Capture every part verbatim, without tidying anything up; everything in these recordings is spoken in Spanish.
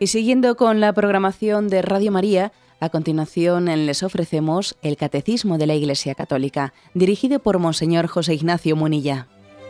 Y siguiendo con la programación de Radio María, a continuación les ofrecemos el Catecismo de la Iglesia Católica, dirigido por Monseñor José Ignacio Munilla.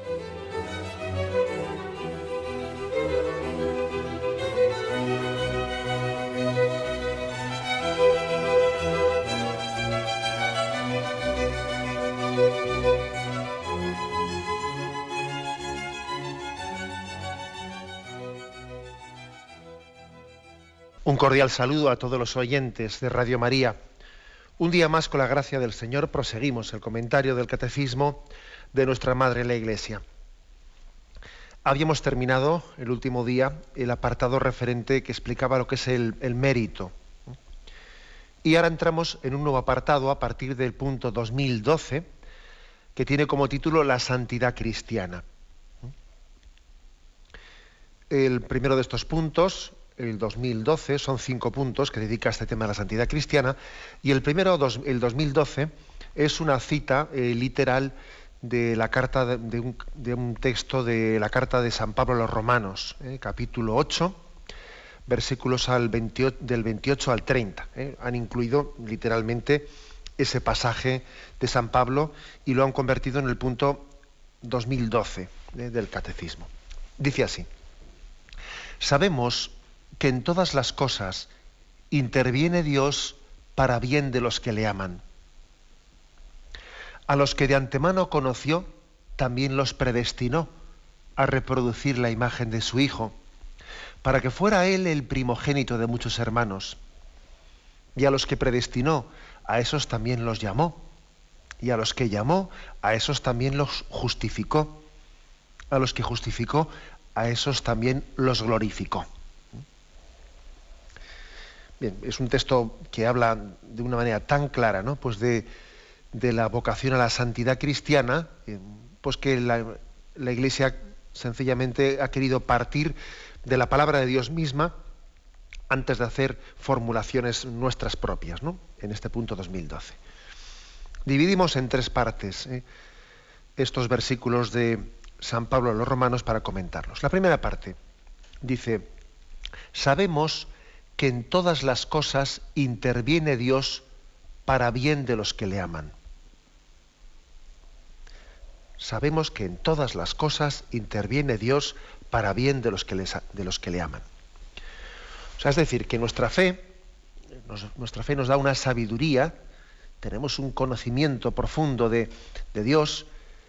Un cordial saludo a todos los oyentes de Radio María. Un día más, con la gracia del Señor, proseguimos el comentario del Catecismo de nuestra Madre la Iglesia. Habíamos terminado el último día el apartado referente que explicaba lo que es el, el mérito. Y ahora entramos en un nuevo apartado a partir del punto dos mil doce, que tiene como título La santidad cristiana. El primero de estos puntos, el dos mil doce, son cinco puntos que dedica este tema a la santidad cristiana, y el primero, el dos mil doce, es una cita eh, literal de la carta de, de, un, de un texto de la carta de San Pablo a los Romanos, eh, capítulo ocho, versículos al veintiocho, del veintiocho al treinta. Eh. Han incluido literalmente ese pasaje de San Pablo y lo han convertido en el punto dos mil doce eh, del Catecismo. Dice así: sabemos que en todas las cosas interviene Dios para bien de los que le aman. A los que de antemano conoció, también los predestinó a reproducir la imagen de su Hijo, para que fuera Él el primogénito de muchos hermanos. Y a los que predestinó, a esos también los llamó. Y a los que llamó, a esos también los justificó. A los que justificó, a esos también los glorificó. Bien, es un texto que habla de una manera tan clara, ¿no? Pues de, de la vocación a la santidad cristiana, eh, pues que la, la Iglesia sencillamente ha querido partir de la palabra de Dios misma antes de hacer formulaciones nuestras propias, ¿no? En este punto dos mil doce. Dividimos en tres partes ¿eh? estos versículos de San Pablo a los Romanos para comentarlos. La primera parte dice: sabemos que en todas las cosas interviene Dios para bien de los que le aman. Sabemos que en todas las cosas interviene Dios para bien de los que, les, de los que le aman. O sea, es decir, que nuestra fe, nos, nuestra fe nos da una sabiduría, tenemos un conocimiento profundo de, de Dios.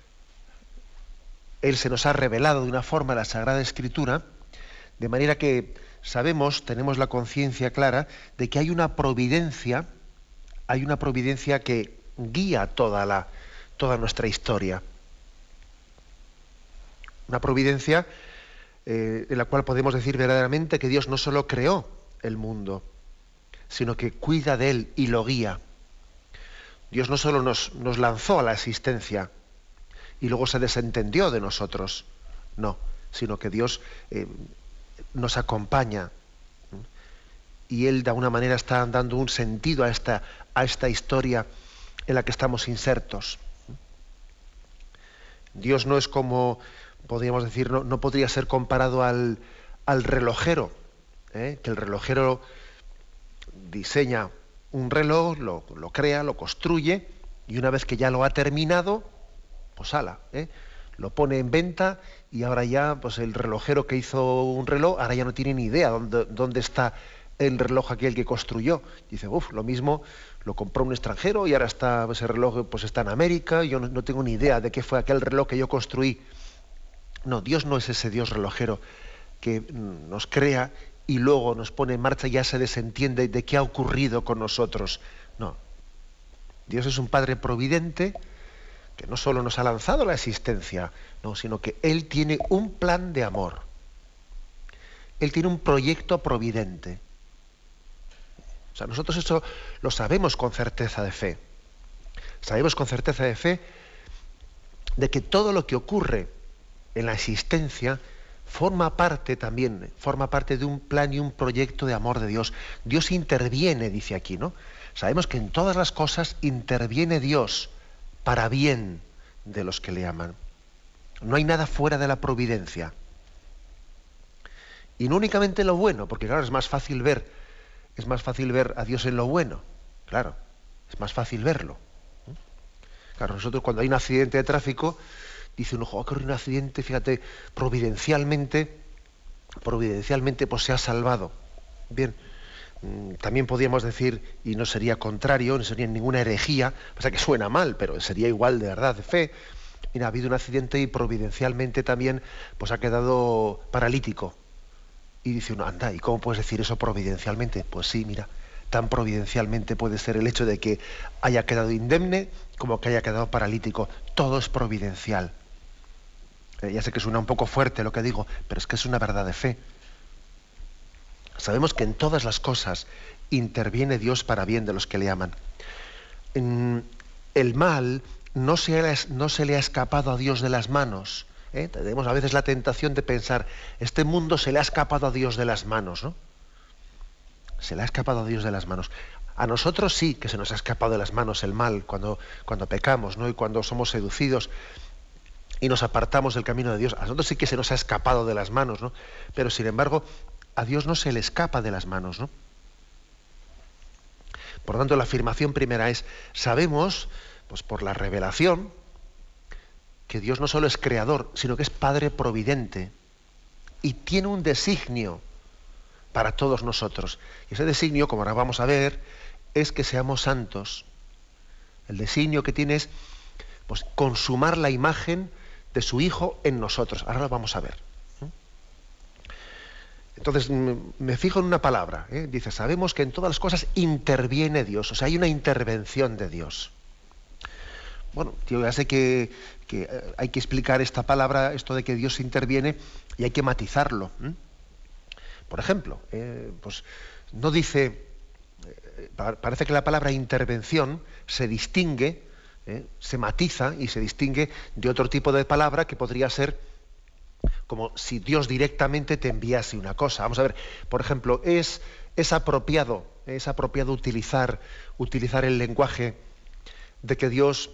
Él se nos ha revelado de una forma en la Sagrada Escritura, de manera que sabemos, tenemos la conciencia clara de que hay una providencia, hay una providencia que guía toda la, toda nuestra historia. Una providencia eh, en la cual podemos decir verdaderamente que Dios no solo creó el mundo, sino que cuida de él y lo guía. Dios no solo nos, nos lanzó a la existencia y luego se desentendió de nosotros, no, sino que Dios eh, nos acompaña y Él de alguna manera está dando un sentido a esta, a esta historia en la que estamos insertos. Dios no es como, podríamos decir, no, no podría ser comparado al, al relojero, ¿eh? que el relojero diseña un reloj, lo, lo crea, lo construye, y una vez que ya lo ha terminado, pues ala, ¿eh? lo pone en venta, y ahora ya, pues el relojero que hizo un reloj, ahora ya no tiene ni idea dónde, dónde está el reloj aquel que construyó. Dice, uff, lo mismo lo compró un extranjero y ahora está, ese reloj pues está en América, y yo no, no tengo ni idea de qué fue aquel reloj que yo construí. No, Dios no es ese Dios relojero que nos crea y luego nos pone en marcha y ya se desentiende de qué ha ocurrido con nosotros. No. Dios es un Padre providente que no solo nos ha lanzado a la existencia, no, sino que Él tiene un plan de amor. Él tiene un proyecto providente. O sea, nosotros eso lo sabemos con certeza de fe. Sabemos con certeza de fe de que todo lo que ocurre en la existencia forma parte también, forma parte de un plan y un proyecto de amor de Dios. Dios interviene, dice aquí, ¿no? Sabemos que en todas las cosas interviene Dios para bien de los que le aman. No hay nada fuera de la providencia. Y no únicamente en lo bueno, porque claro, es más fácil ver, es más fácil ver a Dios en lo bueno, claro, es más fácil verlo. Claro, nosotros cuando hay un accidente de tráfico, dice uno, oh, que un accidente, fíjate, providencialmente, providencialmente pues se ha salvado. Bien, también podríamos decir, y no sería contrario, no sería ninguna herejía, pasa que suena mal, pero sería igual de verdad, de fe. Mira, ha habido un accidente y providencialmente también pues ha quedado paralítico. Y dice uno, anda, ¿y cómo puedes decir eso providencialmente? Pues sí, mira, tan providencialmente puede ser el hecho de que haya quedado indemne como que haya quedado paralítico. Todo es providencial. Eh, ya sé que suena un poco fuerte lo que digo, pero es que es una verdad de fe. Sabemos que en todas las cosas interviene Dios para bien de los que le aman. En el mal no se, le, no se le ha escapado a Dios de las manos. ¿eh? Tenemos a veces la tentación de pensar, este mundo se le ha escapado a Dios de las manos, ¿no? Se le ha escapado a Dios de las manos. A nosotros sí que se nos ha escapado de las manos el mal cuando, cuando pecamos, ¿no? Y cuando somos seducidos y nos apartamos del camino de Dios. A nosotros sí que se nos ha escapado de las manos, ¿no? Pero sin embargo, a Dios no se le escapa de las manos, ¿no? Por lo tanto, la afirmación primera es, sabemos, pues por la revelación, que Dios no solo es creador, sino que es Padre providente y tiene un designio para todos nosotros. Y ese designio, como ahora vamos a ver, es que seamos santos. El designio que tiene es pues, consumar la imagen de su Hijo en nosotros. Ahora lo vamos a ver. Entonces, me fijo en una palabra. ¿eh? Dice, sabemos que en todas las cosas interviene Dios. O sea, hay una intervención de Dios. Bueno, yo ya sé que, que hay que explicar esta palabra, esto de que Dios interviene, y hay que matizarlo. ¿eh? Por ejemplo, eh, pues no dice, eh, parece que la palabra intervención se distingue, eh, se matiza y se distingue de otro tipo de palabra que podría ser como si Dios directamente te enviase una cosa. Vamos a ver, por ejemplo, es, es apropiado, es apropiado utilizar, utilizar el lenguaje de que Dios,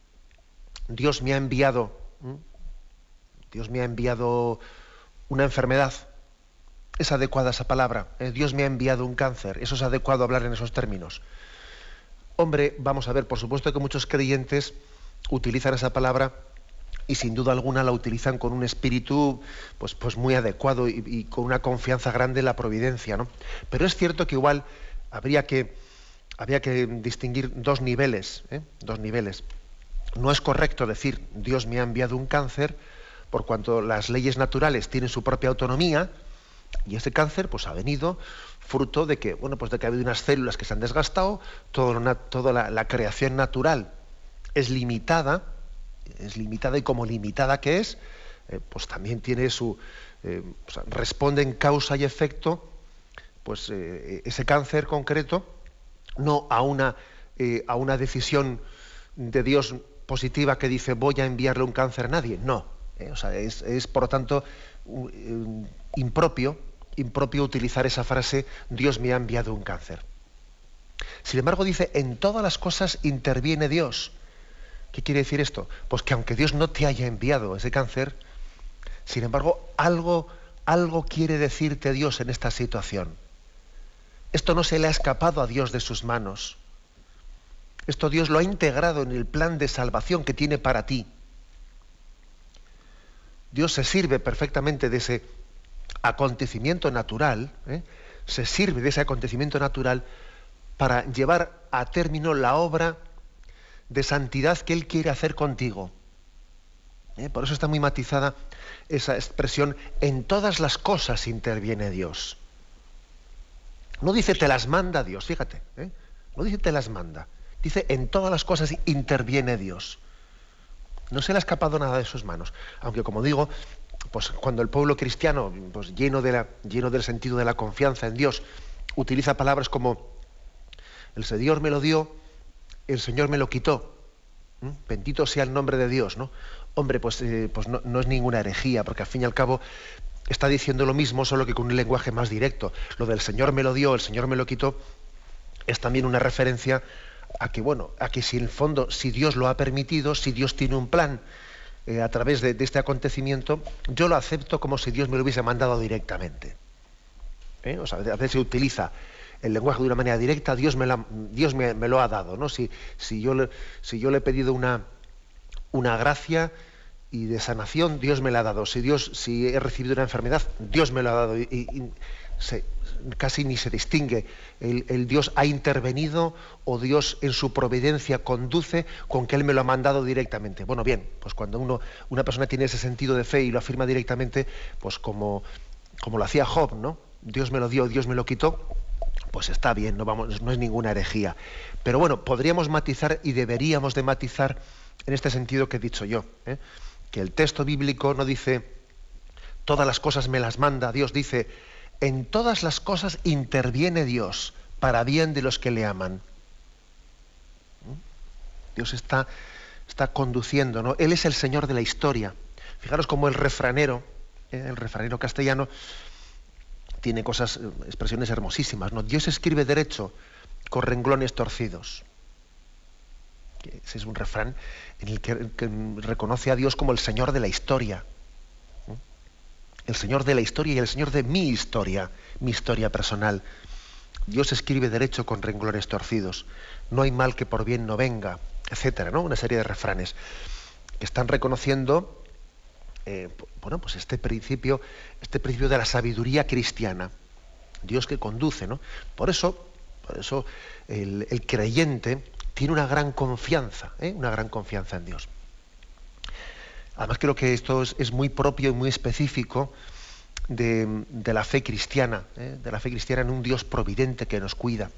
Dios me ha enviado, ¿eh? Dios me ha enviado una enfermedad. ¿Es adecuada esa palabra? Eh, Dios me ha enviado un cáncer. ¿Eso es adecuado hablar en esos términos? Hombre, vamos a ver, por supuesto que muchos creyentes utilizan esa palabra y sin duda alguna la utilizan con un espíritu pues, pues muy adecuado y, y con una confianza grande en la providencia, ¿no? Pero es cierto que igual habría que, habría que distinguir dos niveles, ¿eh? dos niveles. No es correcto decir Dios me ha enviado un cáncer por cuanto las leyes naturales tienen su propia autonomía. Y ese cáncer pues, ha venido fruto de que, bueno, pues de que ha habido unas células que se han desgastado, todo, toda la, la creación natural es limitada, es limitada y como limitada que es, eh, pues también tiene su, eh, o sea, responde en causa y efecto, pues eh, ese cáncer concreto, no a una, eh, a una decisión de Dios positiva que dice voy a enviarle un cáncer a nadie, no, eh, o sea, es, es por lo tanto un, impropio, impropio utilizar esa frase Dios me ha enviado un cáncer. Sin embargo dice en todas las cosas interviene Dios. ¿Qué quiere decir esto? Pues que aunque Dios no te haya enviado ese cáncer, sin embargo algo, algo quiere decirte Dios en esta situación. Esto no se le ha escapado a Dios de sus manos. Esto Dios lo ha integrado en el plan de salvación que tiene para ti. Dios se sirve perfectamente de ese acontecimiento natural, ¿eh? se sirve de ese acontecimiento natural para llevar a término la obra de santidad que Él quiere hacer contigo. ¿Eh? Por eso está muy matizada esa expresión, en todas las cosas interviene Dios. No dice te las manda Dios, fíjate, ¿eh? no dice te las manda, dice en todas las cosas interviene Dios. No se le ha escapado nada de sus manos, aunque como digo, pues cuando el pueblo cristiano, pues lleno, de la, lleno del sentido de la confianza en Dios, utiliza palabras como el Señor me lo dio, el Señor me lo quitó, ¿Mm? bendito sea el nombre de Dios, ¿no? Hombre, pues, eh, pues no, no es ninguna herejía, porque al fin y al cabo está diciendo lo mismo, solo que con un lenguaje más directo. Lo del Señor me lo dio, el Señor me lo quitó, es también una referencia a que, bueno, a que si en el fondo, si Dios lo ha permitido, si Dios tiene un plan eh, a través de, de este acontecimiento, yo lo acepto como si Dios me lo hubiese mandado directamente. ¿eh? O sea, a veces se utiliza el lenguaje de una manera directa, Dios me, la, Dios me, me lo ha dado, ¿no? Si, si, yo le, si yo le he pedido una, una gracia y de sanación, Dios me la ha dado. Si, Dios, si he recibido una enfermedad, Dios me lo ha dado. Y, y se, casi ni se distingue. El, el Dios ha intervenido o Dios en su providencia conduce con que Él me lo ha mandado directamente. Bueno, bien, pues cuando uno, una persona tiene ese sentido de fe y lo afirma directamente, pues como, como lo hacía Job, ¿no? Dios me lo dio, Dios me lo quitó, pues está bien, no, vamos, no es ninguna herejía. Pero bueno, podríamos matizar y deberíamos de matizar en este sentido que he dicho yo, ¿eh? Que el texto bíblico no dice todas las cosas me las manda Dios, dice en todas las cosas interviene Dios para bien de los que le aman. Dios está, está conduciendo, ¿no? Él es el Señor de la historia. Fijaros cómo el refranero, ¿eh? el refranero castellano tiene cosas, expresiones hermosísimas, ¿no? Dios escribe derecho con renglones torcidos. Ese es un refrán en el que, que reconoce a Dios como el Señor de la historia. El Señor de la historia y el Señor de mi historia, mi historia personal. Dios escribe derecho con renglones torcidos. No hay mal que por bien no venga, etcétera, ¿no? Una serie de refranes que están reconociendo eh, bueno, pues este principio, este principio de la sabiduría cristiana. Dios que conduce, ¿no? Por eso, por eso el, el creyente tiene una gran confianza, ¿eh? una gran confianza en Dios. Además creo que esto es, es muy propio y muy específico de, de la fe cristiana, ¿eh? de la fe cristiana en un Dios providente que nos cuida.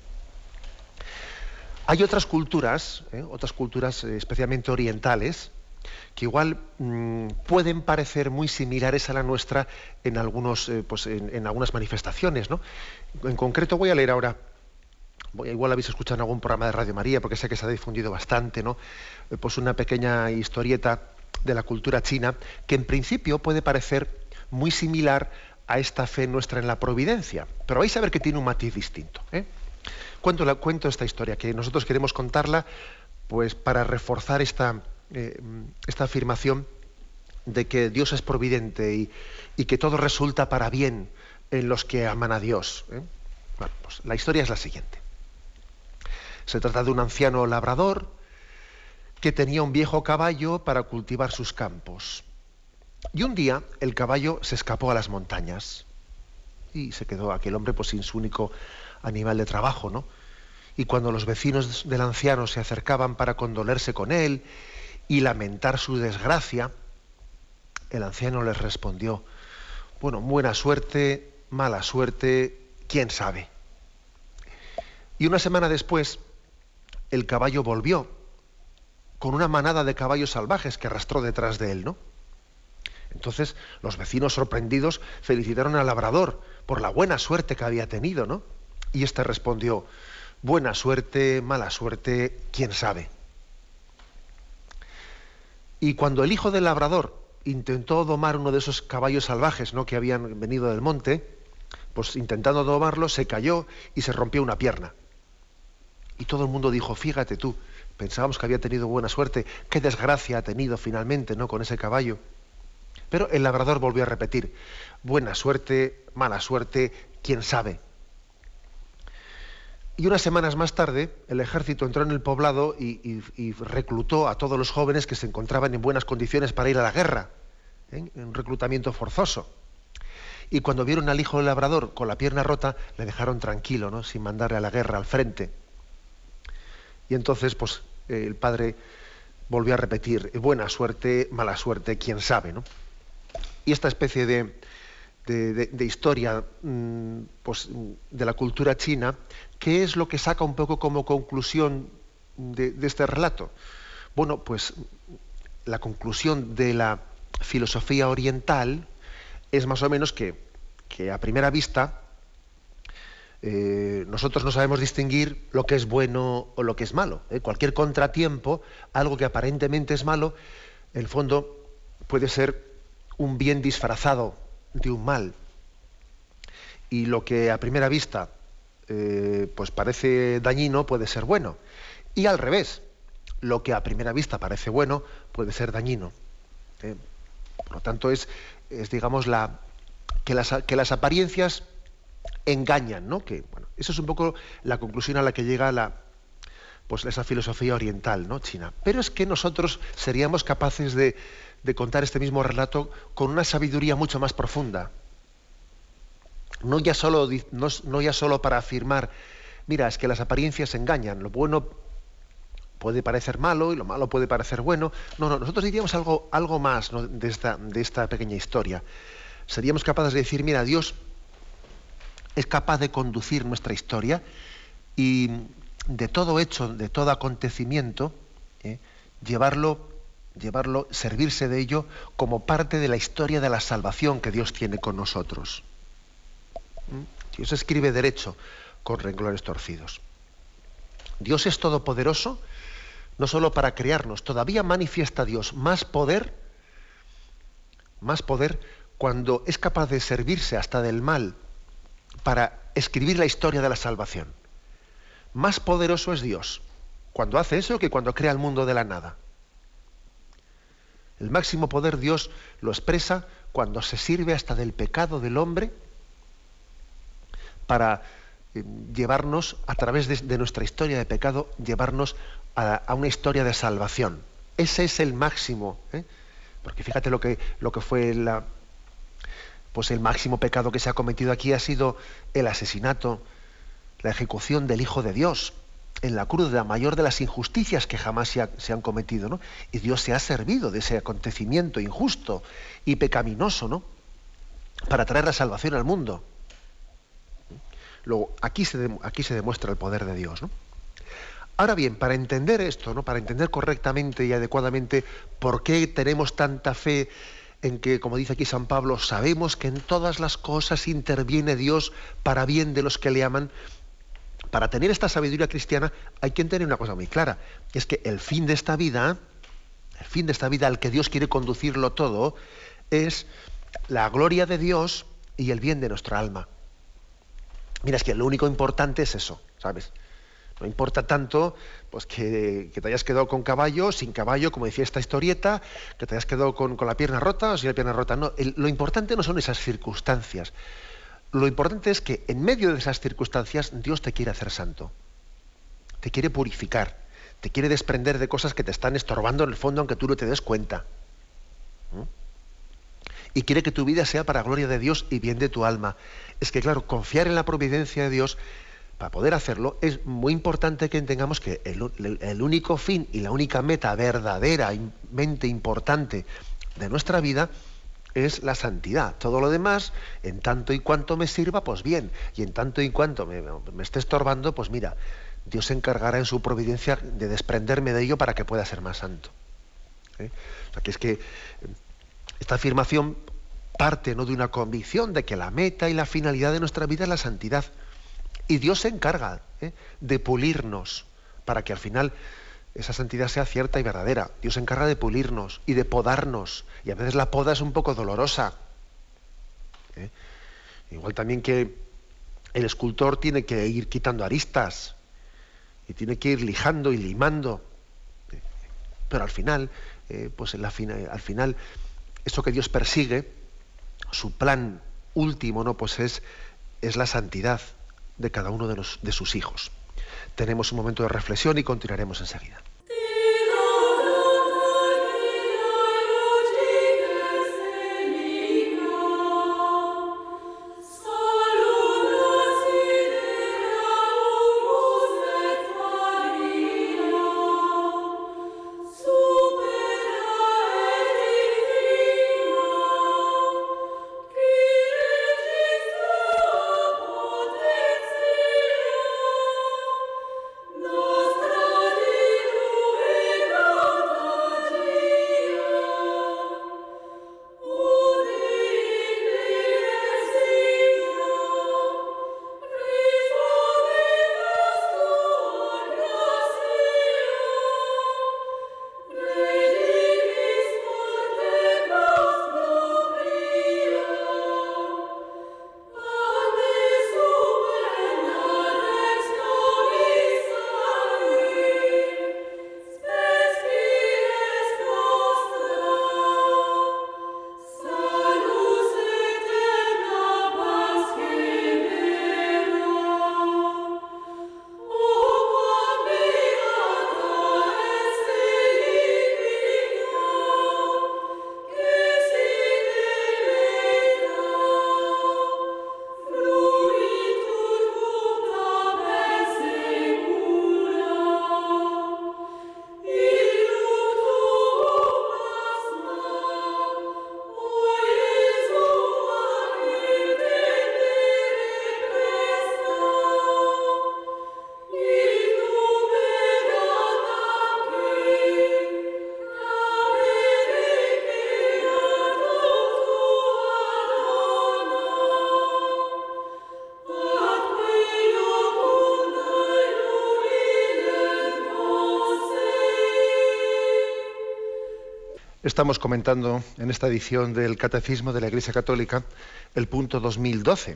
Hay otras culturas, ¿eh? otras culturas eh, especialmente orientales, que igual mmm, pueden parecer muy similares a la nuestra en, algunos, eh, pues en, en algunas manifestaciones, ¿no? En concreto voy a leer ahora, voy, igual habéis escuchado en algún programa de Radio María, porque sé que se ha difundido bastante, ¿no? Eh, pues una pequeña historieta de la cultura china, que en principio puede parecer muy similar a esta fe nuestra en la providencia, pero vais a ver que tiene un matiz distinto, ¿eh? Cuento, la, cuento esta historia, que nosotros queremos contarla pues para reforzar esta, eh, esta afirmación de que Dios es providente y, y que todo resulta para bien en los que aman a Dios, ¿eh? Bueno, pues la historia es la siguiente. Se trata de un anciano labrador que tenía un viejo caballo para cultivar sus campos. Y un día el caballo se escapó a las montañas y se quedó aquel hombre pues sin su único animal de trabajo, ¿no? Y cuando los vecinos del anciano se acercaban para condolerse con él y lamentar su desgracia, el anciano les respondió: bueno, buena suerte, mala suerte, quién sabe. Y una semana después el caballo volvió con una manada de caballos salvajes que arrastró detrás de él, ¿no? Entonces los vecinos sorprendidos felicitaron al labrador por la buena suerte que había tenido, ¿no? Y éste respondió: buena suerte, mala suerte, quién sabe. Y cuando el hijo del labrador intentó domar uno de esos caballos salvajes, ¿no?, que habían venido del monte, pues intentando domarlo se cayó y se rompió una pierna. Y todo el mundo dijo: fíjate tú, pensábamos que había tenido buena suerte, qué desgracia ha tenido finalmente, ¿no?, con ese caballo. Pero el labrador volvió a repetir: buena suerte, mala suerte, quién sabe. Y unas semanas más tarde, el ejército entró en el poblado y, y, y reclutó a todos los jóvenes que se encontraban en buenas condiciones para ir a la guerra, ¿eh?, en un reclutamiento forzoso. Y cuando vieron al hijo del labrador con la pierna rota, le dejaron tranquilo, ¿no?, sin mandarle a la guerra al frente. Y entonces, pues, eh, el padre volvió a repetir: buena suerte, mala suerte, quién sabe, ¿no? Y esta especie de, de, de, de historia mmm, pues, de la cultura china, ¿qué es lo que saca un poco como conclusión de, de este relato? Bueno, pues la conclusión de la filosofía oriental es más o menos que, que a primera vista eh, nosotros no sabemos distinguir lo que es bueno o lo que es malo, ¿eh? Cualquier contratiempo, algo que aparentemente es malo, en el fondo puede ser un bien disfrazado de un mal. Y lo que a primera vista eh, pues parece dañino puede ser bueno. Y al revés, lo que a primera vista parece bueno puede ser dañino. Eh, por lo tanto, es, es digamos, la, que, las, que las apariencias engañan, ¿no? Que, bueno, eso es un poco la conclusión a la que llega la, pues, esa filosofía oriental, ¿no? China. Pero es que nosotros seríamos capaces de, de contar este mismo relato con una sabiduría mucho más profunda. No ya solo, no, no ya solo para afirmar, mira, es que las apariencias engañan, lo bueno puede parecer malo y lo malo puede parecer bueno. No, no, nosotros diríamos algo, algo más, ¿no? de, esta, de esta pequeña historia. Seríamos capaces de decir, mira, Dios es capaz de conducir nuestra historia y de todo hecho, de todo acontecimiento, ¿eh? llevarlo, llevarlo, servirse de ello como parte de la historia de la salvación que Dios tiene con nosotros. ¿Mm? Dios escribe derecho con renglones torcidos. Dios es todopoderoso, no solo para crearnos, todavía manifiesta Dios más poder, más poder cuando es capaz de servirse hasta del mal para escribir la historia de la salvación. Más poderoso es Dios cuando hace eso que cuando crea el mundo de la nada. El máximo poder Dios lo expresa cuando se sirve hasta del pecado del hombre para eh, llevarnos, a través de, de nuestra historia de pecado, llevarnos a, a una historia de salvación. Ese es el máximo, ¿eh? Porque fíjate lo que, lo que fue la, pues el máximo pecado que se ha cometido aquí ha sido el asesinato, la ejecución del Hijo de Dios en la cruz, de la mayor de las injusticias que jamás se, ha, se han cometido, ¿no? Y Dios se ha servido de ese acontecimiento injusto y pecaminoso, ¿no? Para traer la salvación al mundo. Luego, aquí se, de, aquí se demuestra el poder de Dios, ¿no? Ahora bien, para entender esto, ¿no? Para entender correctamente y adecuadamente por qué tenemos tanta fe en que, como dice aquí San Pablo, sabemos que en todas las cosas interviene Dios para bien de los que le aman. Para tener esta sabiduría cristiana hay que tener una cosa muy clara, y es que el fin de esta vida, el fin de esta vida al que Dios quiere conducirlo todo, es la gloria de Dios y el bien de nuestra alma. Mira, es que lo único importante es eso, ¿sabes? No importa tanto pues que, que te hayas quedado con caballo, sin caballo, como decía esta historieta, que te hayas quedado con, con la pierna rota o sin la pierna rota. No, el, lo importante no son esas circunstancias. Lo importante es que en medio de esas circunstancias Dios te quiere hacer santo. Te quiere purificar. Te quiere desprender de cosas que te están estorbando en el fondo, aunque tú no te des cuenta. ¿Mm? Y quiere que tu vida sea para gloria de Dios y bien de tu alma. Es que, claro, confiar en la providencia de Dios, para poder hacerlo, es muy importante que entendamos que el, el, el único fin y la única meta verdaderamente importante de nuestra vida es la santidad. Todo lo demás, en tanto y cuanto me sirva, pues bien. Y en tanto y cuanto me, me esté estorbando, pues mira, Dios se encargará en su providencia de desprenderme de ello para que pueda ser más santo. ¿Eh? O sea, que es que esta afirmación parte, ¿no?, de una convicción de que la meta y la finalidad de nuestra vida es la santidad. Y Dios se encarga, ¿eh?, de pulirnos para que al final esa santidad sea cierta y verdadera. Dios se encarga de pulirnos y de podarnos. Y a veces la poda es un poco dolorosa. ¿Eh? Igual también que el escultor tiene que ir quitando aristas y tiene que ir lijando y limando. Pero al final, eh, pues en la fina, al final, eso que Dios persigue, su plan último, ¿no?, pues es, es la santidad de cada uno de, los, de sus hijos. Tenemos un momento de reflexión y continuaremos enseguida. Estamos comentando en esta edición del Catecismo de la Iglesia Católica el punto dos mil doce,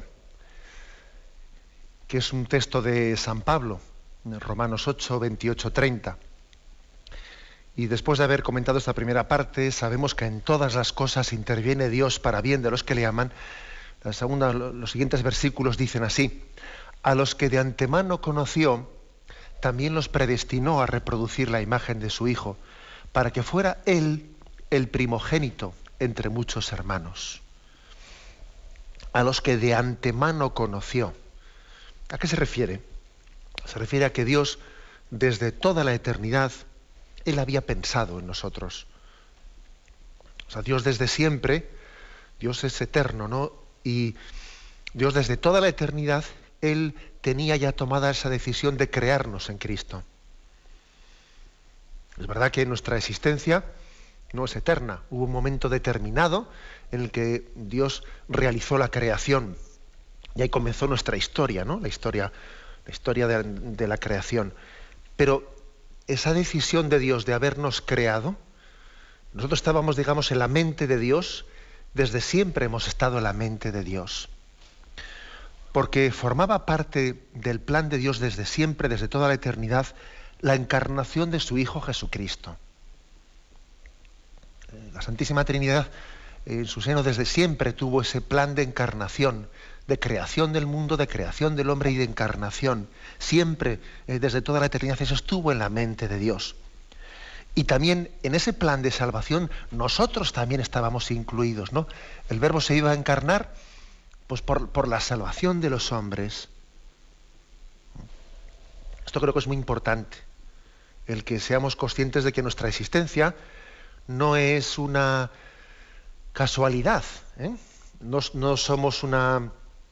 que es un texto de San Pablo, en Romanos ocho, veintiocho, treinta. Y después de haber comentado esta primera parte, sabemos que en todas las cosas interviene Dios para bien de los que le aman. La segunda, los siguientes versículos dicen así: a los que de antemano conoció, también los predestinó a reproducir la imagen de su Hijo, para que fuera Él el primogénito entre muchos hermanos. A los que de antemano conoció. ¿A qué se refiere? Se refiere a que Dios, desde toda la eternidad, Él había pensado en nosotros. O sea, Dios desde siempre, Dios es eterno, ¿no? Y Dios desde toda la eternidad, Él tenía ya tomada esa decisión de crearnos en Cristo. Es verdad que nuestra existencia no es eterna. Hubo un momento determinado en el que Dios realizó la creación. Y ahí comenzó nuestra historia, ¿no? La historia, la historia de, de la creación. Pero esa decisión de Dios de habernos creado, nosotros estábamos, digamos, en la mente de Dios, desde siempre hemos estado en la mente de Dios. Porque formaba parte del plan de Dios desde siempre, desde toda la eternidad, la encarnación de su Hijo Jesucristo. La Santísima Trinidad en su seno desde siempre tuvo ese plan de encarnación, de creación del mundo, de creación del hombre y de encarnación. Siempre, eh, desde toda la eternidad, eso estuvo en la mente de Dios. Y también en ese plan de salvación nosotros también estábamos incluidos, ¿no? El Verbo se iba a encarnar pues por, por la salvación de los hombres. Esto creo que es muy importante, el que seamos conscientes de que nuestra existencia no es una casualidad, ¿eh? no, no somos una,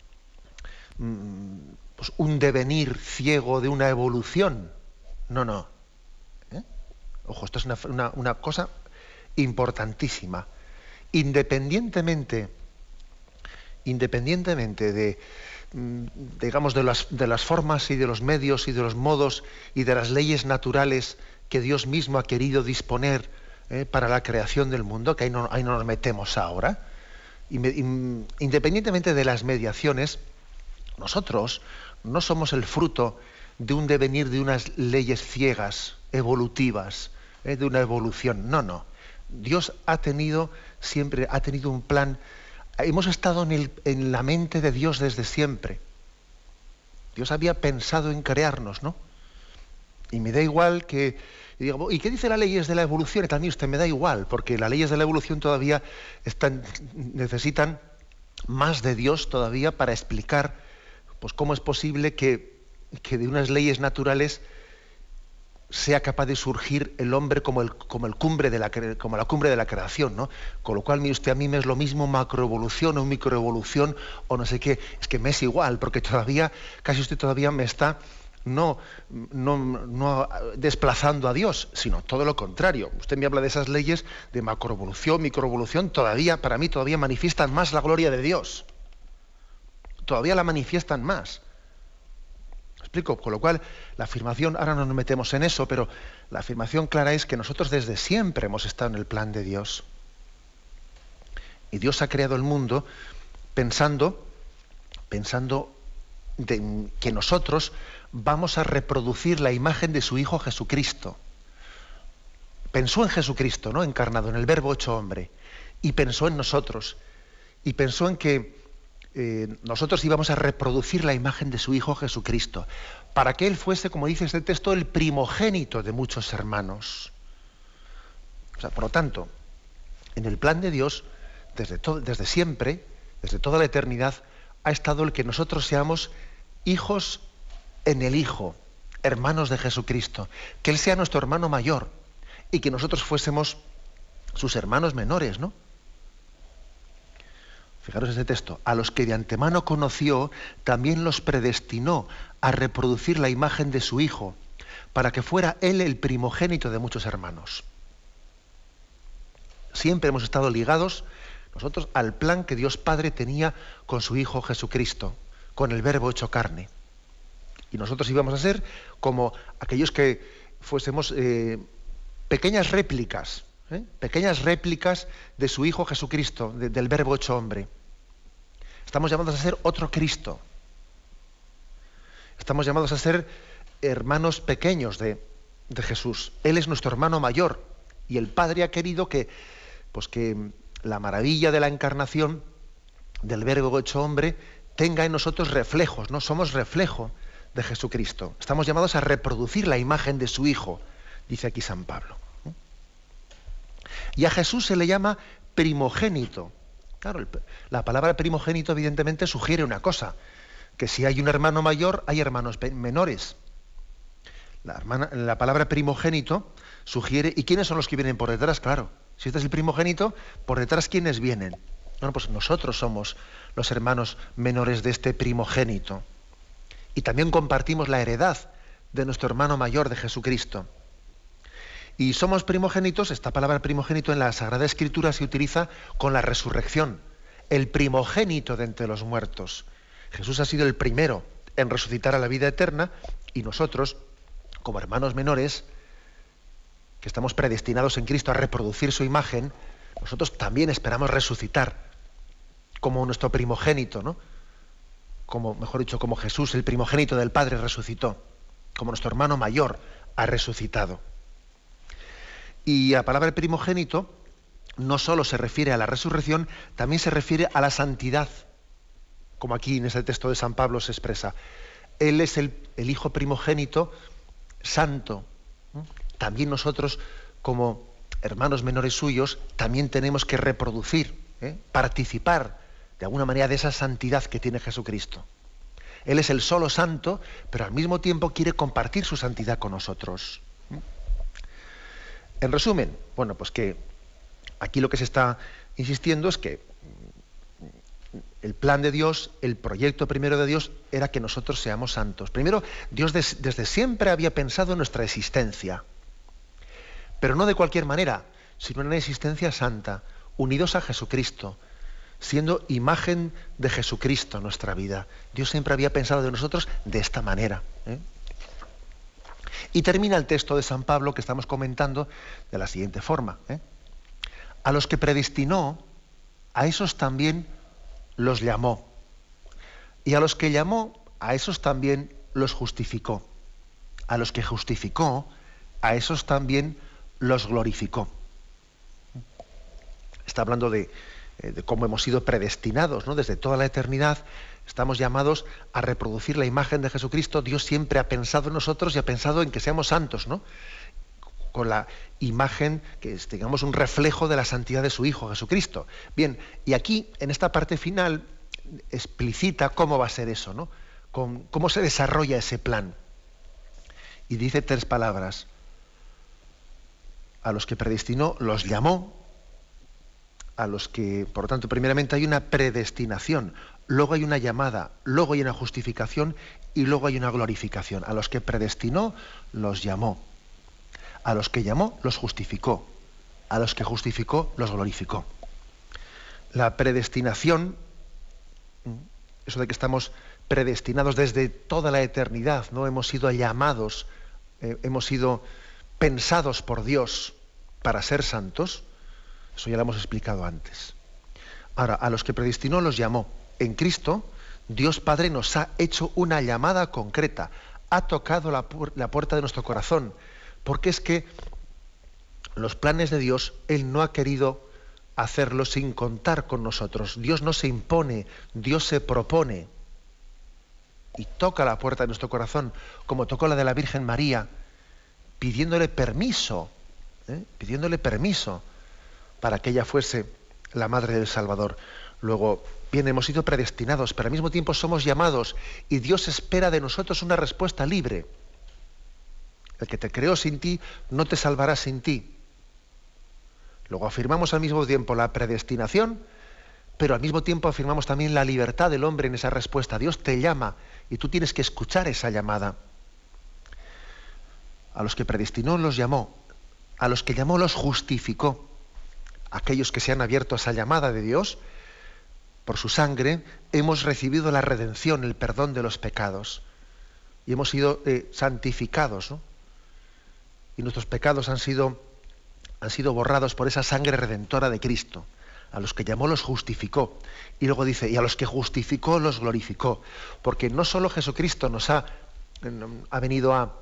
pues un devenir ciego de una evolución. No, no. ¿Eh? Ojo, esto es una, una, una cosa importantísima. Independientemente, independientemente de, digamos, de las, de las formas y de los medios y de los modos y de las leyes naturales que Dios mismo ha querido disponer eh, para la creación del mundo, que ahí no, ahí no nos metemos ahora, y me, in, independientemente de las mediaciones, nosotros no somos el fruto de un devenir de unas leyes ciegas, evolutivas, eh, de una evolución. No, no. Dios ha tenido siempre, ha tenido un plan. Hemos estado en, el, en la mente de Dios desde siempre. Dios había pensado en crearnos, ¿no? Y me da igual que... Y, digo, ¿y qué dice las leyes de la evolución? Y también usted me da igual, porque las leyes de la evolución todavía están, necesitan más de Dios todavía para explicar pues, cómo es posible que, que de unas leyes naturales sea capaz de surgir el hombre como, el, como, el cumbre de la, como la cumbre de la creación, ¿no? Con lo cual, mire usted, a mí me es lo mismo macroevolución o microevolución o no sé qué, es que me es igual, porque todavía, casi usted todavía me está no, no, no desplazando a Dios, sino todo lo contrario. Usted me habla de esas leyes de macroevolución, microevolución, todavía, para mí, todavía manifiestan más la gloria de Dios. Todavía la manifiestan más. Explico, con lo cual la afirmación, ahora no nos metemos en eso, pero la afirmación clara es que nosotros desde siempre hemos estado en el plan de Dios. Y Dios ha creado el mundo pensando, pensando de que nosotros vamos a reproducir la imagen de su Hijo Jesucristo. Pensó en Jesucristo, ¿no? Encarnado, en el Verbo hecho hombre, y pensó en nosotros, y pensó en que Eh, nosotros íbamos a reproducir la imagen de su Hijo Jesucristo, para que Él fuese, como dice este texto, el primogénito de muchos hermanos. O sea, por lo tanto, en el plan de Dios, desde, todo, desde siempre, desde toda la eternidad, ha estado el que nosotros seamos hijos en el Hijo, hermanos de Jesucristo, que Él sea nuestro hermano mayor y que nosotros fuésemos sus hermanos menores, ¿no? Fijaros ese texto, a los que de antemano conoció, también los predestinó a reproducir la imagen de su Hijo, para que fuera Él el primogénito de muchos hermanos. Siempre hemos estado ligados nosotros al plan que Dios Padre tenía con su Hijo Jesucristo, con el Verbo hecho carne. Y nosotros íbamos a ser como aquellos que fuésemos eh, pequeñas réplicas ¿eh? Pequeñas réplicas de su Hijo Jesucristo, de, del Verbo hecho hombre. Estamos llamados a ser otro Cristo. Estamos llamados a ser hermanos pequeños de, de Jesús. Él es nuestro hermano mayor y el Padre ha querido que, pues que la maravilla de la encarnación del Verbo hecho hombre tenga en nosotros reflejos, ¿no? Somos reflejo de Jesucristo. Estamos llamados a reproducir la imagen de su Hijo, dice aquí San Pablo. Y a Jesús se le llama primogénito. Claro, el, la palabra primogénito evidentemente sugiere una cosa, que si hay un hermano mayor, hay hermanos menores. La, hermana, la palabra primogénito sugiere, ¿y quiénes son los que vienen por detrás? Claro, si este es el primogénito, por detrás ¿quiénes vienen? Bueno, pues nosotros somos los hermanos menores de este primogénito. Y también compartimos la heredad de nuestro hermano mayor, de Jesucristo. Y somos primogénitos, esta palabra primogénito en la Sagrada Escritura se utiliza con la resurrección, el primogénito de entre los muertos. Jesús ha sido el primero en resucitar a la vida eterna y nosotros, como hermanos menores, que estamos predestinados en Cristo a reproducir su imagen, nosotros también esperamos resucitar como nuestro primogénito, ¿no? Como, mejor dicho, como Jesús, el primogénito del Padre, resucitó, como nuestro hermano mayor ha resucitado. Y la palabra primogénito no solo se refiere a la resurrección, también se refiere a la santidad, como aquí en ese texto de San Pablo se expresa. Él es el, el Hijo primogénito santo. También nosotros, como hermanos menores suyos, también tenemos que reproducir, ¿eh? participar de alguna manera de esa santidad que tiene Jesucristo. Él es el solo santo, pero al mismo tiempo quiere compartir su santidad con nosotros. En resumen, bueno, pues que aquí lo que se está insistiendo es que el plan de Dios, el proyecto primero de Dios era que nosotros seamos santos. Primero, Dios des, desde siempre había pensado en nuestra existencia, pero no de cualquier manera, sino en una existencia santa, unidos a Jesucristo, siendo imagen de Jesucristo en nuestra vida. Dios siempre había pensado de nosotros de esta manera, ¿eh? Y termina el texto de San Pablo que estamos comentando de la siguiente forma, ¿eh? A los que predestinó, a esos también los llamó. Y a los que llamó, a esos también los justificó. A los que justificó, a esos también los glorificó. Está hablando de, de cómo hemos sido predestinados, ¿no? Desde toda la eternidad estamos llamados a reproducir la imagen de Jesucristo. Dios siempre ha pensado en nosotros y ha pensado en que seamos santos, ¿no? Con la imagen, que tengamos un reflejo de la santidad de su Hijo, Jesucristo. Bien, y aquí, en esta parte final, explicita cómo va a ser eso, ¿no? Con, cómo se desarrolla ese plan. Y dice tres palabras. A los que predestinó, los llamó. A los que, por lo tanto, primeramente hay una predestinación, luego hay una llamada, luego hay una justificación y luego hay una glorificación. A los que predestinó, los llamó. A los que llamó, los justificó. A los que justificó, los glorificó. La predestinación, eso de que estamos predestinados desde toda la eternidad, ¿no? Hemos sido llamados, eh, hemos sido pensados por Dios para ser santos. Eso ya lo hemos explicado antes. Ahora, a los que predestinó los llamó. En Cristo, Dios Padre nos ha hecho una llamada concreta. Ha tocado la, pu- la puerta de nuestro corazón. Porque es que los planes de Dios, Él no ha querido hacerlos sin contar con nosotros. Dios no se impone, Dios se propone. Y toca la puerta de nuestro corazón, como tocó la de la Virgen María, pidiéndole permiso, ¿eh? pidiéndole permiso para que ella fuese la madre del Salvador. Luego, bien, hemos sido predestinados, pero al mismo tiempo somos llamados y Dios espera de nosotros una respuesta libre. El que te creó sin ti, no te salvará sin ti. Luego afirmamos al mismo tiempo la predestinación, pero al mismo tiempo afirmamos también la libertad del hombre en esa respuesta. Dios te llama y tú tienes que escuchar esa llamada. A los que predestinó los llamó, a los que llamó los justificó. Aquellos que se han abierto a esa llamada de Dios, por su sangre, hemos recibido la redención, el perdón de los pecados. Y hemos sido eh, santificados, ¿no? Y nuestros pecados han sido han sido borrados por esa sangre redentora de Cristo. A los que llamó los justificó. Y luego dice, y a los que justificó los glorificó. Porque no solo Jesucristo nos ha, ha venido a,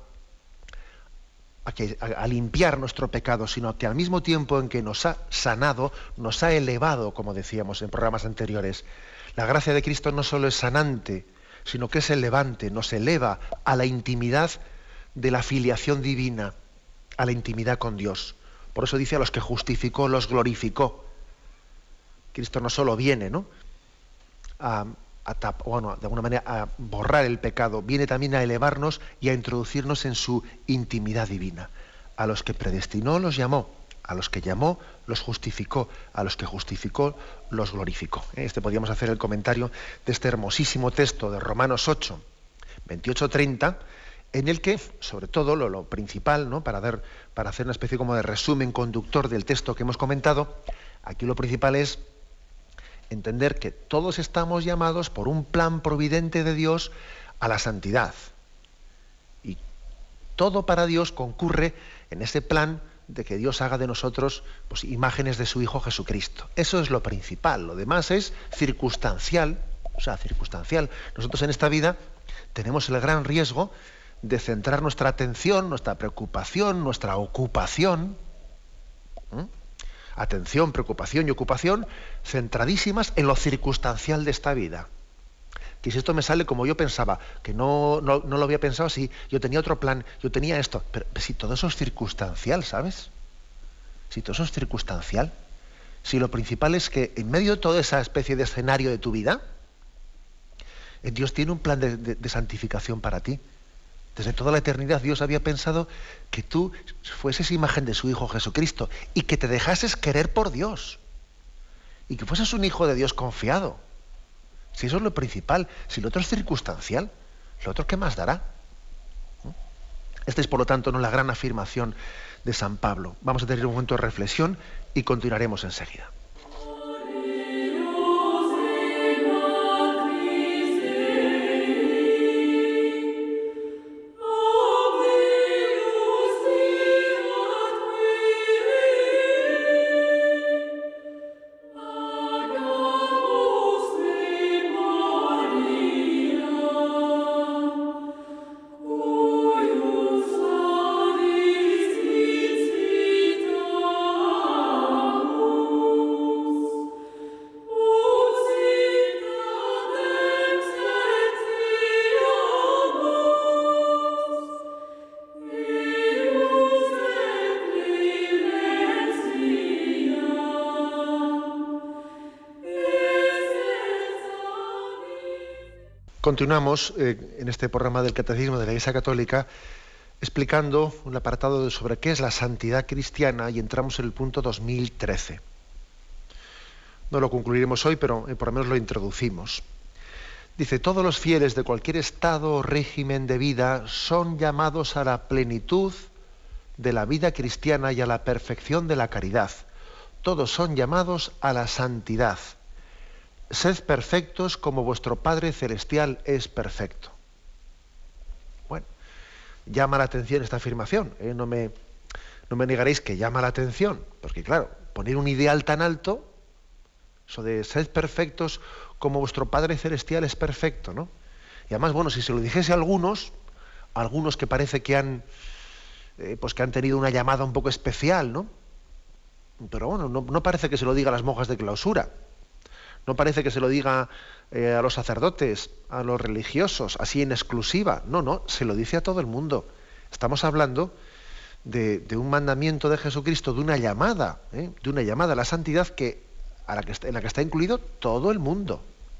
a, que, a, a limpiar nuestro pecado, sino que al mismo tiempo en que nos ha sanado, nos ha elevado, como decíamos en programas anteriores. La gracia de Cristo no solo es sanante, sino que es elevante, nos eleva a la intimidad de la filiación divina, a la intimidad con Dios. Por eso dice, a los que justificó los glorificó. Cristo no solo viene, ¿no?, a, a tap, bueno, de alguna manera a borrar el pecado, viene también a elevarnos y a introducirnos en su intimidad divina. A los que predestinó los llamó, a los que llamó los justificó, a los que justificó los glorificó. Este podríamos hacer el comentario de este hermosísimo texto de Romanos ocho, veintiocho treinta, en el que, sobre todo, lo, lo principal, ¿no?, para, dar, para hacer una especie como de resumen conductor del texto que hemos comentado, aquí lo principal es entender que todos estamos llamados por un plan providente de Dios a la santidad. Y todo para Dios concurre en ese plan de que Dios haga de nosotros, pues, imágenes de su Hijo Jesucristo. Eso es lo principal. Lo demás es circunstancial, o sea, circunstancial. Nosotros en esta vida tenemos el gran riesgo de centrar nuestra atención, nuestra preocupación, nuestra ocupación, ¿eh? atención, preocupación y ocupación centradísimas en lo circunstancial de esta vida. Que si esto me sale como yo pensaba, que no, no, no lo había pensado así, yo tenía otro plan, yo tenía esto, pero si todo eso es circunstancial, ¿sabes? Si todo eso es circunstancial, si lo principal es que en medio de toda esa especie de escenario de tu vida, Dios tiene un plan de, de, de santificación para ti. Desde toda la eternidad Dios había pensado que tú fueses imagen de su Hijo Jesucristo y que te dejases querer por Dios y que fueses un hijo de Dios confiado. Si eso es lo principal, si lo otro es circunstancial, ¿lo otro qué más dará? Esta es, por lo tanto, no la gran afirmación de San Pablo. Vamos a tener un momento de reflexión y continuaremos enseguida. Continuamos eh, en este programa del Catecismo de la Iglesia Católica explicando un apartado sobre qué es la santidad cristiana y entramos en el punto dos mil trece. No lo concluiremos hoy, pero eh, por lo menos lo introducimos. Dice, todos los fieles de cualquier estado o régimen de vida son llamados a la plenitud de la vida cristiana y a la perfección de la caridad. Todos son llamados a la santidad. Sed perfectos como vuestro Padre Celestial es perfecto. Bueno, llama la atención esta afirmación. ¿eh? No me, no me negaréis que llama la atención, porque claro, poner un ideal tan alto, eso de sed perfectos como vuestro Padre Celestial es perfecto, ¿no? Y además, bueno, si se lo dijese a algunos, a algunos que parece que han, eh, pues que han tenido una llamada un poco especial, ¿no? Pero bueno, no, no parece que se lo diga a las monjas de clausura. No parece que se lo diga eh, a los sacerdotes, a los religiosos, así en exclusiva. No, no, se lo dice a todo el mundo. Estamos hablando de, de un mandamiento de Jesucristo, de una llamada, ¿eh? de una llamada a la santidad que, a la que está, en la que está incluido todo el mundo.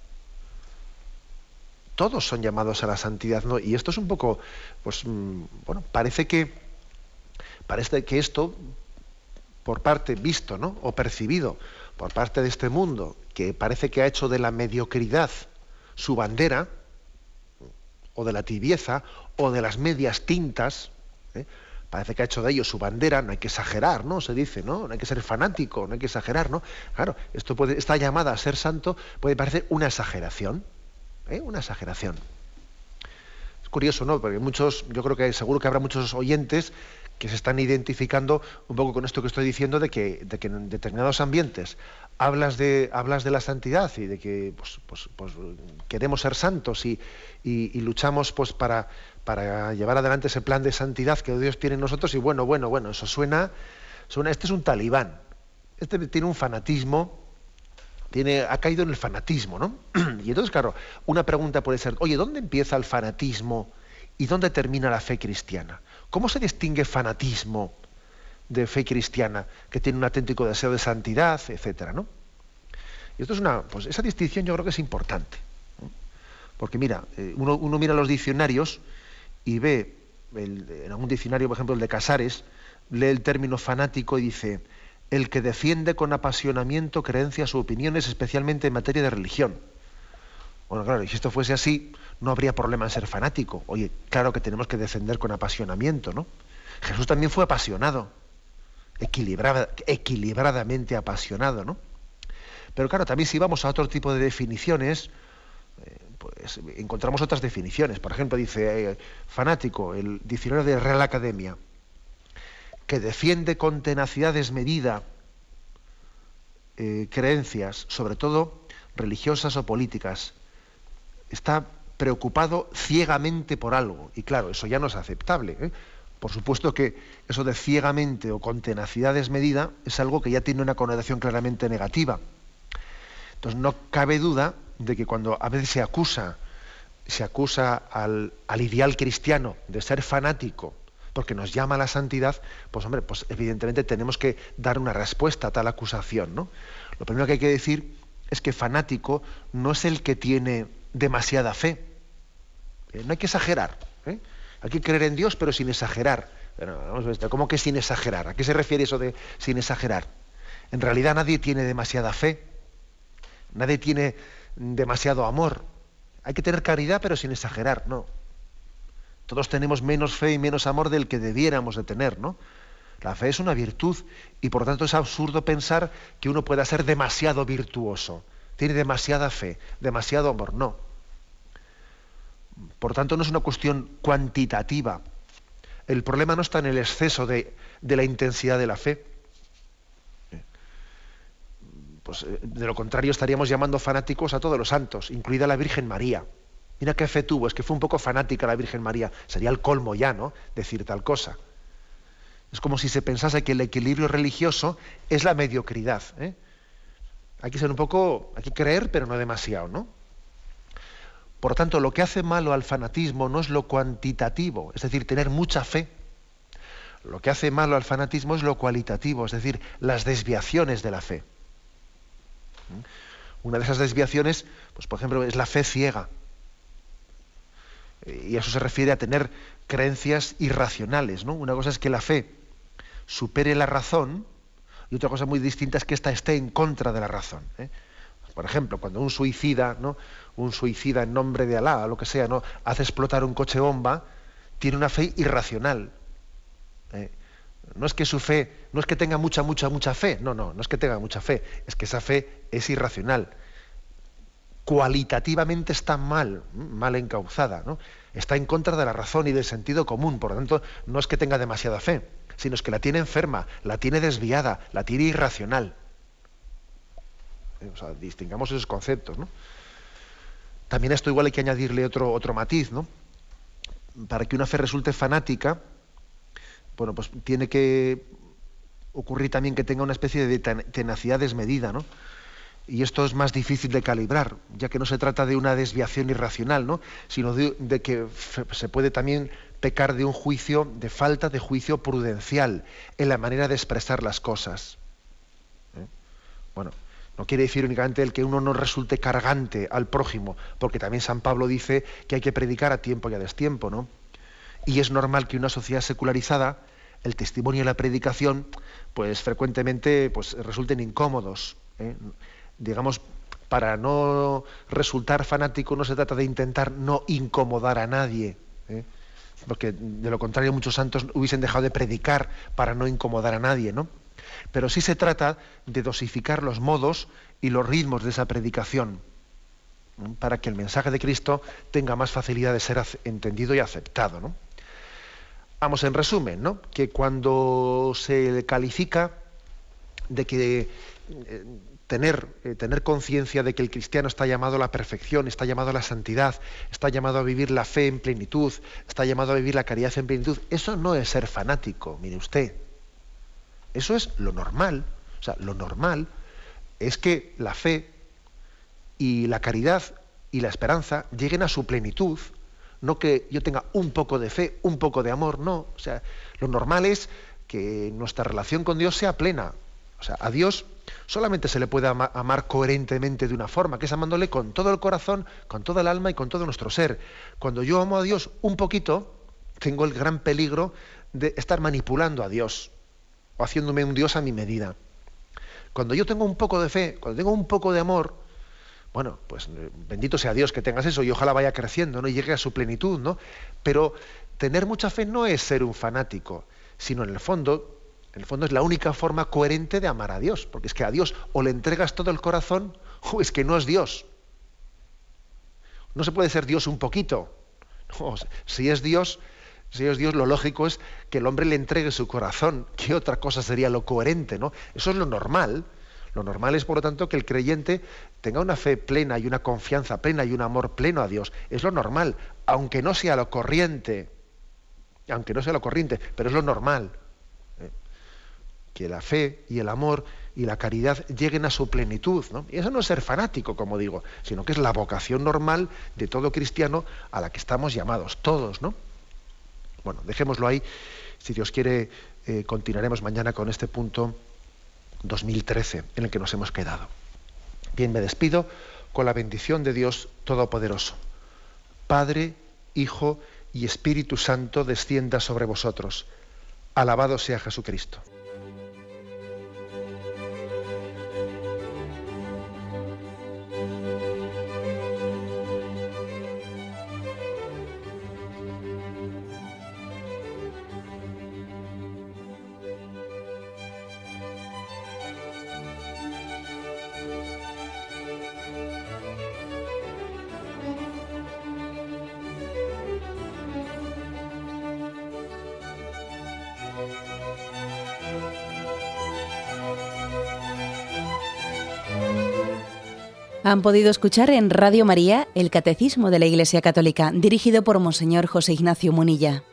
Todos son llamados a la santidad, ¿no? Y esto es un poco, pues, mmm, bueno, parece que, parece que esto, por parte visto, ¿no? o percibido por parte de este mundo, que parece que ha hecho de la mediocridad su bandera, o de la tibieza, o de las medias tintas, ¿eh? parece que ha hecho de ello su bandera, no hay que exagerar, ¿no? Se dice, ¿no? No hay que ser fanático, no hay que exagerar, ¿no? Claro, esto puede, esta llamada a ser santo puede parecer una exageración, ¿eh? Una exageración. Es curioso, ¿no? Porque muchos, yo creo que seguro que habrá muchos oyentes que se están identificando un poco con esto que estoy diciendo de que, de que en determinados ambientes hablas de, hablas de la santidad y de que pues, pues, pues, queremos ser santos y, y, y luchamos pues, para, para llevar adelante ese plan de santidad que Dios tiene en nosotros, y bueno, bueno, bueno, eso suena, suena este es un talibán, este tiene un fanatismo, tiene, ha caído en el fanatismo, ¿no? Y entonces, claro, una pregunta puede ser, oye, ¿dónde empieza el fanatismo y dónde termina la fe cristiana? ¿Cómo se distingue fanatismo de fe cristiana, que tiene un auténtico deseo de santidad, etcétera, ¿no? Y esto es una, pues esa distinción yo creo que es importante, ¿no? Porque mira, eh, uno, uno mira los diccionarios y ve, el, en algún diccionario, por ejemplo, el de Casares, lee el término fanático y dice, el que defiende con apasionamiento creencias o opiniones, especialmente en materia de religión. Bueno, claro, y si esto fuese así, no habría problema en ser fanático. Oye, claro que tenemos que defender con apasionamiento, ¿no? Jesús también fue apasionado, equilibrada, equilibradamente apasionado, ¿no? Pero claro, también si vamos a otro tipo de definiciones, eh, pues encontramos otras definiciones. Por ejemplo, dice eh, fanático, el diccionario de Real Academia, que defiende con tenacidad desmedida eh, creencias, sobre todo religiosas o políticas, está preocupado ciegamente por algo. Y claro, eso ya no es aceptable, ¿eh? Por supuesto que eso de ciegamente o con tenacidad desmedida es algo que ya tiene una connotación claramente negativa. Entonces no cabe duda de que cuando a veces se acusa, se acusa al, al ideal cristiano de ser fanático porque nos llama a la santidad, pues hombre, pues evidentemente tenemos que dar una respuesta a tal acusación, ¿no? Lo primero que hay que decir es que fanático no es el que tiene demasiada fe. Eh, no hay que exagerar, ¿eh? Hay que creer en Dios, pero sin exagerar. Pero, vamos a ver, ¿cómo que sin exagerar? ¿A qué se refiere eso de sin exagerar? En realidad nadie tiene demasiada fe, nadie tiene demasiado amor. Hay que tener caridad, pero sin exagerar, no. Todos tenemos menos fe y menos amor del que debiéramos de tener, ¿no? La fe es una virtud y por lo tanto es absurdo pensar que uno pueda ser demasiado virtuoso. Tiene demasiada fe, demasiado amor, no. Por tanto, no es una cuestión cuantitativa. El problema no está en el exceso de, de la intensidad de la fe. Pues de lo contrario estaríamos llamando fanáticos a todos los santos, incluida la Virgen María. Mira qué fe tuvo, es que fue un poco fanática la Virgen María. Sería el colmo ya, ¿no?, decir tal cosa. Es como si se pensase que el equilibrio religioso es la mediocridad, ¿eh? Hay que ser un poco, hay que creer, pero no demasiado, ¿no? Por tanto, lo que hace malo al fanatismo no es lo cuantitativo, es decir, tener mucha fe. Lo que hace malo al fanatismo es lo cualitativo, es decir, las desviaciones de la fe. Una de esas desviaciones, pues por ejemplo, es la fe ciega. Y eso se refiere a tener creencias irracionales, ¿no? Una cosa es que la fe supere la razón y otra cosa muy distinta es que ésta esté en contra de la razón, ¿eh? Por ejemplo, cuando un suicida, ¿no?, un suicida en nombre de Alá, o lo que sea, ¿no?, hace explotar un coche bomba, tiene una fe irracional. ¿eh? No es que su fe, no es que tenga mucha, mucha, mucha fe, no, no, no es que tenga mucha fe, es que esa fe es irracional. Cualitativamente está mal, mal encauzada, ¿no? Está en contra de la razón y del sentido común, por lo tanto, no es que tenga demasiada fe, sino es que la tiene enferma, la tiene desviada, la tiene irracional. O sea, distingamos esos conceptos, ¿no? También a esto igual hay que añadirle otro, otro matiz, ¿no? Para que una fe resulte fanática, bueno, pues tiene que ocurrir también que tenga una especie de tenacidad desmedida, ¿no? Y esto es más difícil de calibrar, ya que no se trata de una desviación irracional, ¿no?, sino de, de que se puede también pecar de un juicio, de falta de juicio prudencial en la manera de expresar las cosas. ¿Eh? Bueno, no quiere decir únicamente el que uno no resulte cargante al prójimo, porque también San Pablo dice que hay que predicar a tiempo y a destiempo, ¿no? Y es normal que una sociedad secularizada, el testimonio y la predicación, pues frecuentemente pues, resulten incómodos, ¿eh? Digamos, para no resultar fanático no se trata de intentar no incomodar a nadie, ¿eh? Porque de lo contrario muchos santos hubiesen dejado de predicar para no incomodar a nadie, ¿no? Pero sí se trata de dosificar los modos y los ritmos de esa predicación, ¿no?, para que el mensaje de Cristo tenga más facilidad de ser entendido y aceptado, ¿no? vamos, en resumen, ¿no? Que cuando se califica de que eh, tener, eh, tener conciencia de que el cristiano está llamado a la perfección, está llamado a la santidad, está llamado a vivir la fe en plenitud, está llamado a vivir la caridad en plenitud, eso no es ser fanático, mire usted. Eso es lo normal. O sea, lo normal es que la fe y la caridad y la esperanza lleguen a su plenitud, no que yo tenga un poco de fe, un poco de amor, no. O sea, lo normal es que nuestra relación con Dios sea plena. O sea, a Dios solamente se le puede ama- amar coherentemente de una forma, que es amándole con todo el corazón, con toda el alma y con todo nuestro ser. Cuando yo amo a Dios un poquito, tengo el gran peligro de estar manipulando a Dios o haciéndome un Dios a mi medida. Cuando yo tengo un poco de fe, cuando tengo un poco de amor, bueno, pues bendito sea Dios que tengas eso y ojalá vaya creciendo, ¿no? Y llegue a su plenitud, ¿no? Pero tener mucha fe no es ser un fanático, sino en el fondo, en el fondo es la única forma coherente de amar a Dios, porque es que a Dios o le entregas todo el corazón o es que no es Dios. No se puede ser Dios un poquito. No, si es Dios, si es Dios, lo lógico es que el hombre le entregue su corazón. ¿Qué otra cosa sería lo coherente, no? Eso es lo normal. Lo normal es, por lo tanto, que el creyente tenga una fe plena y una confianza plena y un amor pleno a Dios. Es lo normal, aunque no sea lo corriente, aunque no sea lo corriente, pero es lo normal. ¿eh? Que la fe y el amor y la caridad lleguen a su plenitud, ¿no? Y eso no es ser fanático, como digo, sino que es la vocación normal de todo cristiano a la que estamos llamados, todos, ¿no? Bueno, dejémoslo ahí. Si Dios quiere, eh, continuaremos mañana con este punto dos mil trece, en el que nos hemos quedado. Bien, me despido con la bendición de Dios Todopoderoso. Padre, Hijo y Espíritu Santo descienda sobre vosotros. Alabado sea Jesucristo. Han podido escuchar en Radio María el Catecismo de la Iglesia Católica, dirigido por Monseñor José Ignacio Munilla.